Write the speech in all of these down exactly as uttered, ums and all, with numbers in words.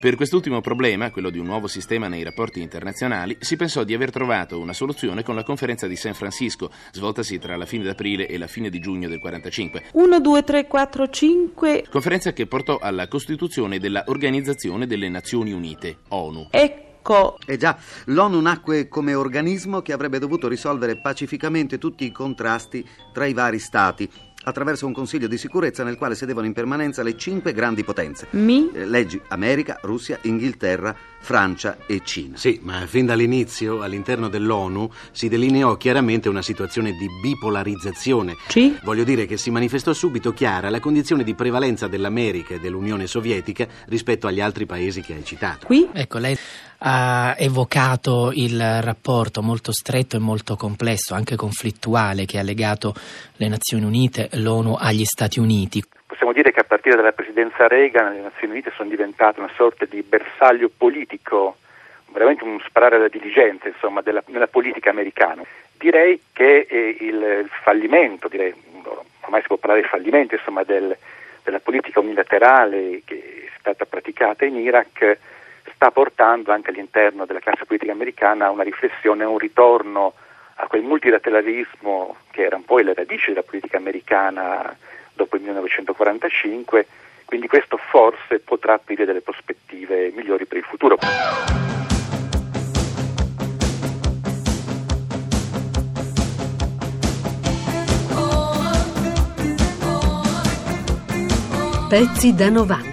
Per quest'ultimo problema, quello di un nuovo sistema nei rapporti internazionali, si pensò di aver trovato una soluzione con la conferenza di San Francisco, svoltasi tra la fine d'aprile e la fine di giugno del quarantacinque. uno, due, tre, quattro, cinque. Conferenza che portò alla costituzione della Organizzazione delle Nazioni Unite, ONU. Ecco. Eh già, l'ONU nacque come organismo che avrebbe dovuto risolvere pacificamente tutti i contrasti tra i vari stati, attraverso un consiglio di sicurezza nel quale sedevano in permanenza le cinque grandi potenze. Mi? Eh, leggi America, Russia, Inghilterra, Francia e Cina. Sì, ma fin dall'inizio all'interno dell'ONU si delineò chiaramente una situazione di bipolarizzazione. Sì. Voglio dire che si manifestò subito chiara la condizione di prevalenza dell'America e dell'Unione Sovietica rispetto agli altri paesi che hai citato. Qui? Ecco, lei ha evocato il rapporto molto stretto e molto complesso, anche conflittuale, che ha legato le Nazioni Unite, l'ONU agli Stati Uniti. Possiamo dire che a partire dalla presidenza Reagan le Nazioni Unite sono diventate una sorta di bersaglio politico, veramente un sparare alla diligenza, insomma, della, della politica americana. Direi che eh, il, il fallimento, direi, ormai si può parlare di fallimento, insomma, del, della politica unilaterale che è stata praticata in Iraq sta portando anche all'interno della classe politica americana a una riflessione, a un ritorno a quel multilateralismo che era un po' le radici della politica americana dopo il millenovecentoquarantacinque, quindi questo forse potrà aprire delle prospettive migliori per il futuro. Pezzi da novanta.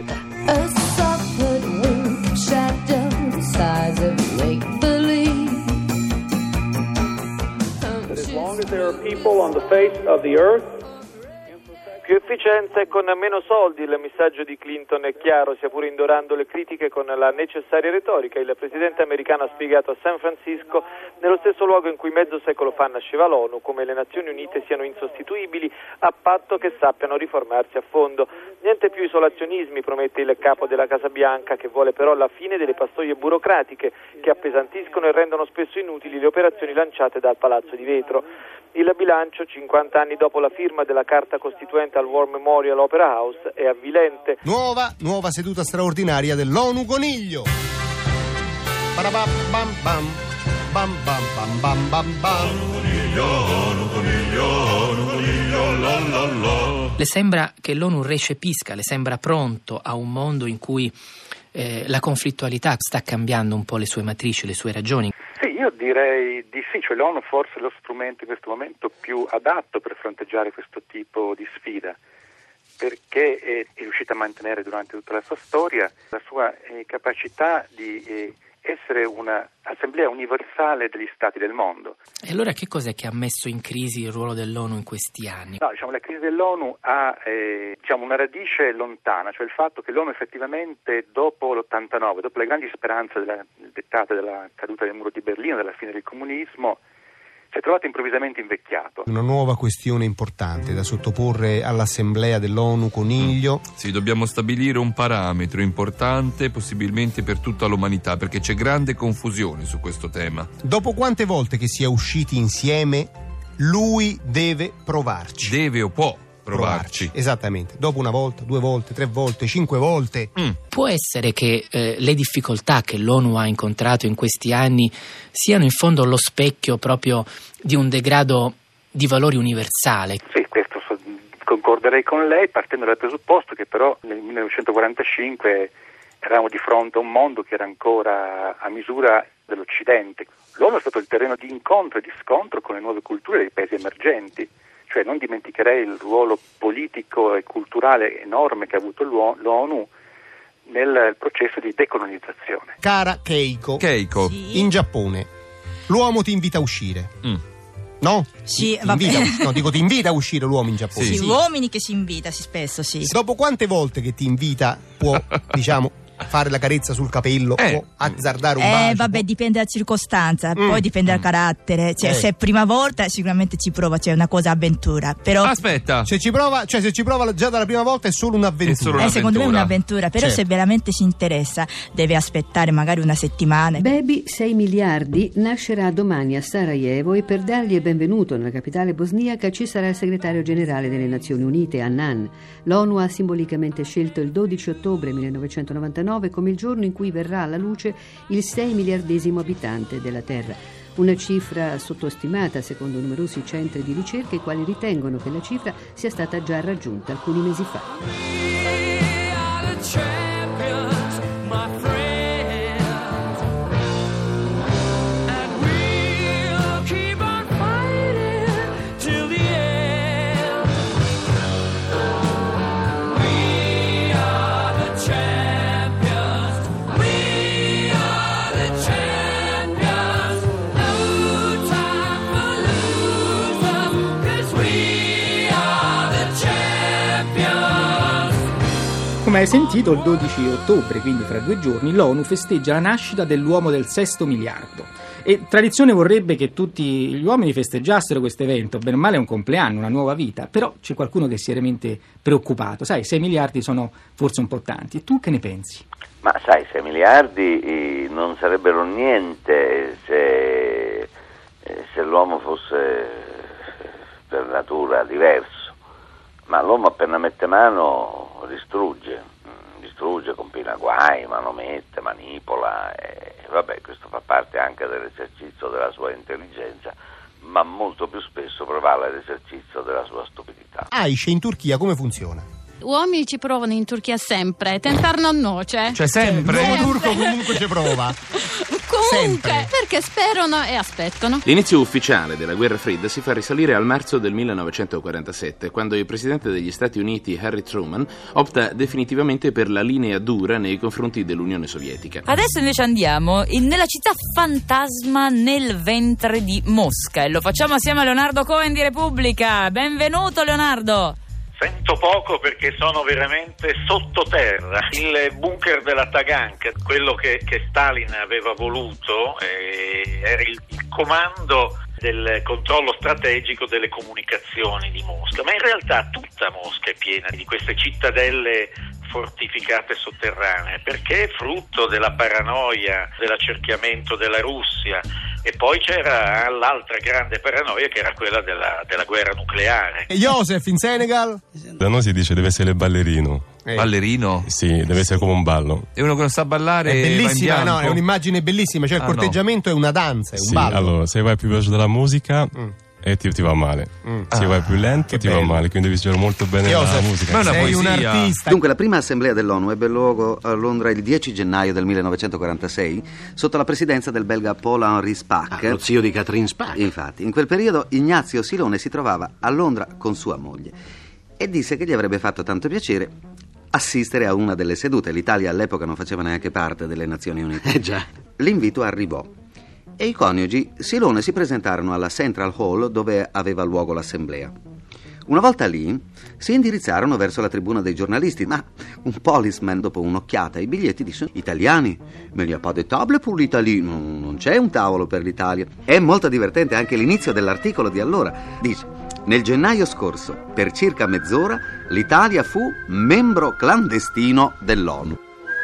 There are people on the face of the earth. Più efficienza e con meno soldi, il messaggio di Clinton è chiaro, sia pure indorando le critiche con la necessaria retorica. Il presidente americano ha spiegato a San Francisco, nello stesso luogo in cui mezzo secolo fa nasceva l'ONU, come le Nazioni Unite siano insostituibili a patto che sappiano riformarsi a fondo. Niente più isolazionismi, promette il capo della Casa Bianca, che vuole però la fine delle pastoie burocratiche che appesantiscono e rendono spesso inutili le operazioni lanciate dal Palazzo di Vetro. Il bilancio, cinquanta anni dopo la firma della Carta Costituente al War Memorial Opera House, è avvilente. Nuova, nuova seduta straordinaria dell'ONU Coniglio. Barabam bam bam bam bam bam bam bam bam. Coniglio, ONU Coniglio, ONU Coniglio, la la la. Le sembra che l'ONU recepisca, le sembra pronto a un mondo in cui eh, la conflittualità sta cambiando un po' le sue matrici, le sue ragioni? Sì, io direi di sì, cioè l'ONU forse è lo strumento in questo momento più adatto per fronteggiare questo tipo di sfida, perché è, è riuscita a mantenere durante tutta la sua storia la sua eh, capacità di eh, essere una assemblea universale degli stati del mondo. E allora che cos'è che ha messo in crisi il ruolo dell'ONU in questi anni? No, diciamo, la crisi dell'ONU ha eh, diciamo, una radice lontana, cioè il fatto che l'ONU effettivamente dopo l'ottantanove, dopo le grandi speranze della, dettate dalla caduta del muro di Berlino, dalla fine del comunismo, si è trovato improvvisamente invecchiato. Una nuova questione importante da sottoporre all'Assemblea dell'ONU Coniglio. Sì, dobbiamo stabilire un parametro importante, possibilmente per tutta l'umanità, perché c'è grande confusione su questo tema. Dopo quante volte che si è usciti insieme, lui deve provarci. Deve o può provarci. provarci. Esattamente. Dopo una volta, due volte, tre volte, cinque volte. Mm. Può essere che eh, le difficoltà che l'ONU ha incontrato in questi anni siano in fondo lo specchio proprio di un degrado di valori universale? Sì, questo so, concorderei con lei, partendo dal presupposto che però nel millenovecentoquarantacinque eravamo di fronte a un mondo che era ancora a misura dell'Occidente. L'ONU è stato il terreno di incontro e di scontro con le nuove culture dei paesi emergenti. Cioè non dimenticherei il ruolo politico e culturale enorme che ha avuto l'ONU nel processo di decolonizzazione. Cara Keiko, Keiko. Sì. In Giappone l'uomo ti invita a uscire. Mm. No? Sì, ti vabbè. Invita, no, dico ti invita a uscire l'uomo in Giappone. Sì, sì. uomini che si invita, sì, spesso, sì. Dopo quante volte che ti invita può, diciamo, fare la carezza sul capello, eh. può azzardare un eh bacio? vabbè, dipende dalla circostanza, mm. poi dipende dal carattere, cioè eh. se è prima volta sicuramente ci prova, c'è una cosa avventura, però aspetta, se ci prova, cioè se ci prova già dalla prima volta è solo un'avventura, è solo eh, secondo me è un'avventura, però certo. Se veramente si interessa deve aspettare magari una settimana. Baby sei miliardi nascerà domani a Sarajevo e per dargli il benvenuto nella capitale bosniaca ci sarà il segretario generale delle Nazioni Unite, Annan. L'ONU ha simbolicamente scelto il dodici ottobre millenovecentonovantanove duemilanove come il giorno in cui verrà alla luce il sei miliardesimo abitante della Terra. Una cifra sottostimata secondo numerosi centri di ricerca, i quali ritengono che la cifra sia stata già raggiunta alcuni mesi fa. Come hai sentito, il dodici ottobre, quindi fra due giorni, l'ONU festeggia la nascita dell'uomo del sesto miliardo. E tradizione vorrebbe che tutti gli uomini festeggiassero questo evento, bene o male è un compleanno, una nuova vita, però c'è qualcuno che si è veramente preoccupato. Sai, sei miliardi sono forse un po' tanti. Tu che ne pensi? Ma sai, sei miliardi eh, non sarebbero niente se, eh, se l'uomo fosse per natura diverso. Ma l'uomo appena mette mano distrugge, distrugge, compila guai, manomette, manipola e vabbè, questo fa parte anche dell'esercizio della sua intelligenza, ma molto più spesso prevale l'esercizio della sua stupidità. Aice in Turchia come funziona? Uomini ci provano in Turchia sempre, tentar non noce. Cioè sempre? L'uomo turco comunque ci prova. Comunque, sempre. Perché sperano e aspettano. L'inizio ufficiale della guerra fredda si fa risalire al marzo del millenovecentoquarantasette, quando il presidente degli Stati Uniti, Harry Truman, opta definitivamente per la linea dura nei confronti dell'Unione Sovietica. Adesso invece andiamo in, nella città fantasma nel ventre di Mosca e lo facciamo assieme a Leonardo Cohen di Repubblica. Benvenuto Leonardo! Sento poco perché sono veramente sottoterra. Il bunker della Taganka, quello che, che Stalin aveva voluto, eh, era il, il comando del controllo strategico delle comunicazioni di Mosca, ma in realtà tutta Mosca è piena di queste cittadelle fortificate sotterranee, perché è frutto della paranoia dell'accerchiamento della Russia. E poi c'era l'altra grande paranoia che era quella della, della guerra nucleare. E Joseph in Senegal? Da noi si dice deve essere ballerino. Eh. Ballerino? Sì, deve essere come un ballo. E uno che non sa ballare è bellissima, va in no, è un'immagine bellissima, cioè il ah, corteggiamento no. è una danza, è un sì, ballo. Allora, se vai più veloce della musica mm. e ti, ti va male. Mm. Se ah, vai più lento ti bello. va male, quindi devi studiare molto bene Io la musica. Ma è una Sei poesia. un artista. Dunque la prima assemblea dell'ONU ebbe luogo a Londra il dieci gennaio del millenovecentoquarantasei sotto la presidenza del belga Paul-Henri Spaak, ah, lo zio di Catherine Spaak. Infatti, in quel periodo Ignazio Silone si trovava a Londra con sua moglie e disse che gli avrebbe fatto tanto piacere assistere a una delle sedute. L'Italia all'epoca non faceva neanche parte delle Nazioni Unite. Eh già. L'invito arrivò e i coniugi Silone si presentarono alla Central Hall dove aveva luogo l'assemblea. Una volta lì si indirizzarono verso la tribuna dei giornalisti, ma un policeman, dopo un'occhiata ai biglietti, disse: italiani, me n'y a pas de table pour l'Italie, non, non c'è un tavolo per l'Italia. È molto divertente anche l'inizio dell'articolo di allora. Dice: nel gennaio scorso, per circa mezz'ora, l'Italia fu membro clandestino dell'ONU.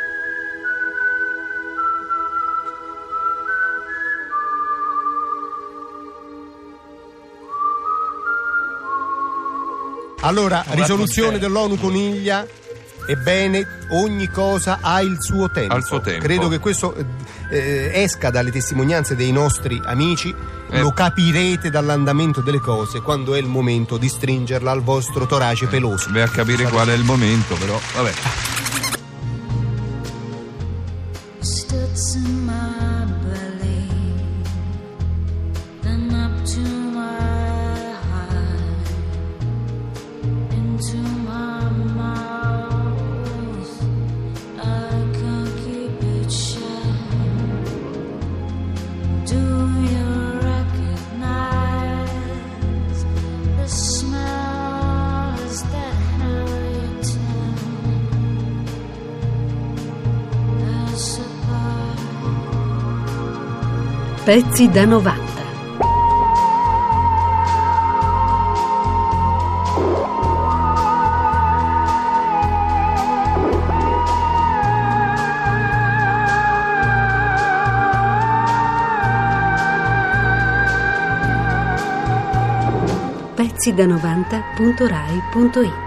Allora, risoluzione dell'ONU Coniglia, ebbene, ogni cosa ha il suo tempo. Al suo tempo. Credo che questo eh, esca dalle testimonianze dei nostri amici, eh. lo capirete dall'andamento delle cose quando è il momento di stringerla al vostro torace peloso. Vai a capire qual è il momento, però, vabbè. Pezzi da novanta. pezzi da novanta punto rai punto it